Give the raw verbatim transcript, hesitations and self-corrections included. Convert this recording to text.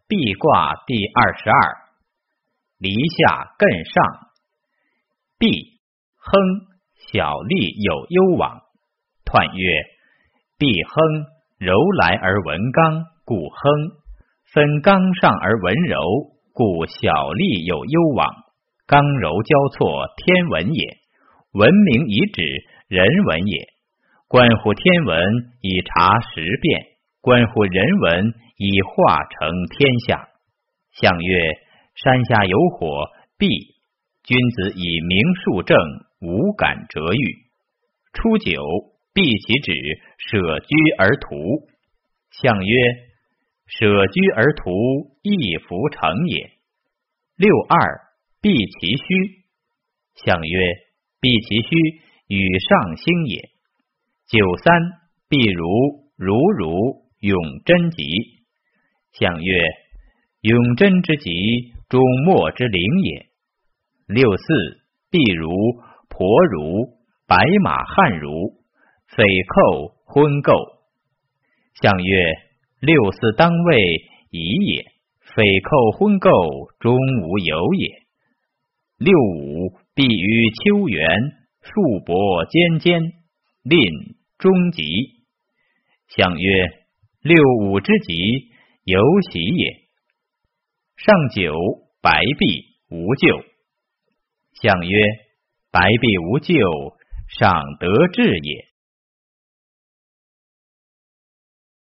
壁卦第二十二，离下艮上。壁，亨，小利有攸往。彖曰：壁亨，柔来而文刚，故亨；分刚上而文柔，故小利有攸往。刚柔交错，天文也。文明以指，人文也。观乎天文，以察时变；观乎人文，以化成天下。象曰：山下有火，壁。君子以明数正，无敢折欲。初九，闭其指，舍居而图。象曰：舍居而图，亦弗成也。六二，闭其虚。象曰：闭其虚，与上兴也。九三，闭如，如如，永贞吉。象曰：永贞之吉，终末之灵也。六四，闭如，婆如，白马汉如，匪寇昏构。象曰：六四当位，宜也；匪寇昏构，终无有也。六五，闭于丘园，树帛尖尖，吝终吉。象曰：六五之吉，有喜也。上九，白璧无咎。象曰：白璧无咎，上得志也。